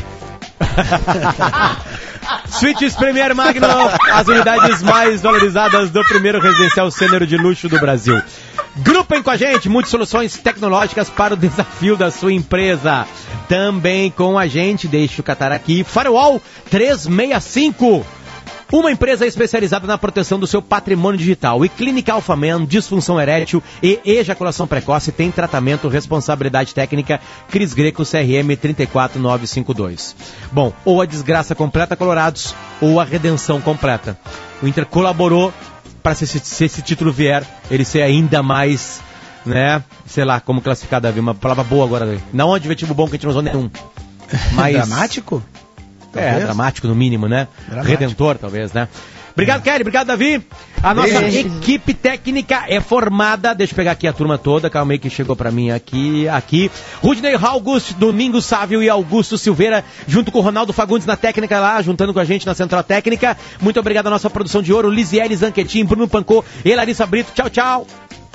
Suítes Premier Magno, as unidades mais valorizadas do primeiro residencial sênior de luxo do Brasil. Grupem com a gente, muitas soluções tecnológicas para o desafio da sua empresa. Também com a gente, deixa eu catar aqui, Firewall 365. Uma empresa especializada na proteção do seu patrimônio digital. E Clínica Alphaman, disfunção erétil e ejaculação precoce tem tratamento, responsabilidade técnica, Cris Greco, CRM 34952. Bom, ou a desgraça completa, Colorados, ou a redenção completa. O Inter colaborou para, se esse título vier, ele ser ainda mais, né, sei lá, como classificar, Davi, uma palavra boa agora. Não é um adjetivo bom que a gente não usou nenhum. Mas... Dramático? Talvez. Dramático no mínimo, né? Dramático. Redentor, talvez, né? Obrigado, Kelly. Obrigado, Davi. A nossa equipe técnica é formada. Deixa eu pegar aqui a turma toda. Calma aí que chegou pra mim aqui. Rudney Augusto, Domingos Sávio e Augusto Silveira, junto com o Ronaldo Fagundes na técnica lá, juntando com a gente na Central Técnica. Muito obrigado à nossa produção de ouro, Lisiele Zanquetin, Bruno Pancô e Larissa Brito. Tchau, tchau.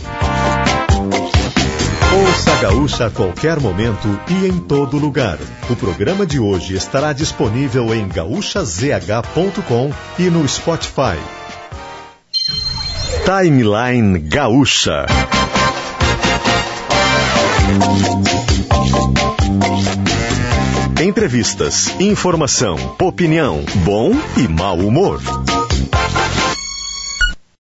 Ouça a Gaúcha a qualquer momento e em todo lugar. O programa de hoje estará disponível em gaúchazh.com e no Spotify. Timeline Gaúcha. Entrevistas, informação, opinião, bom e mau humor.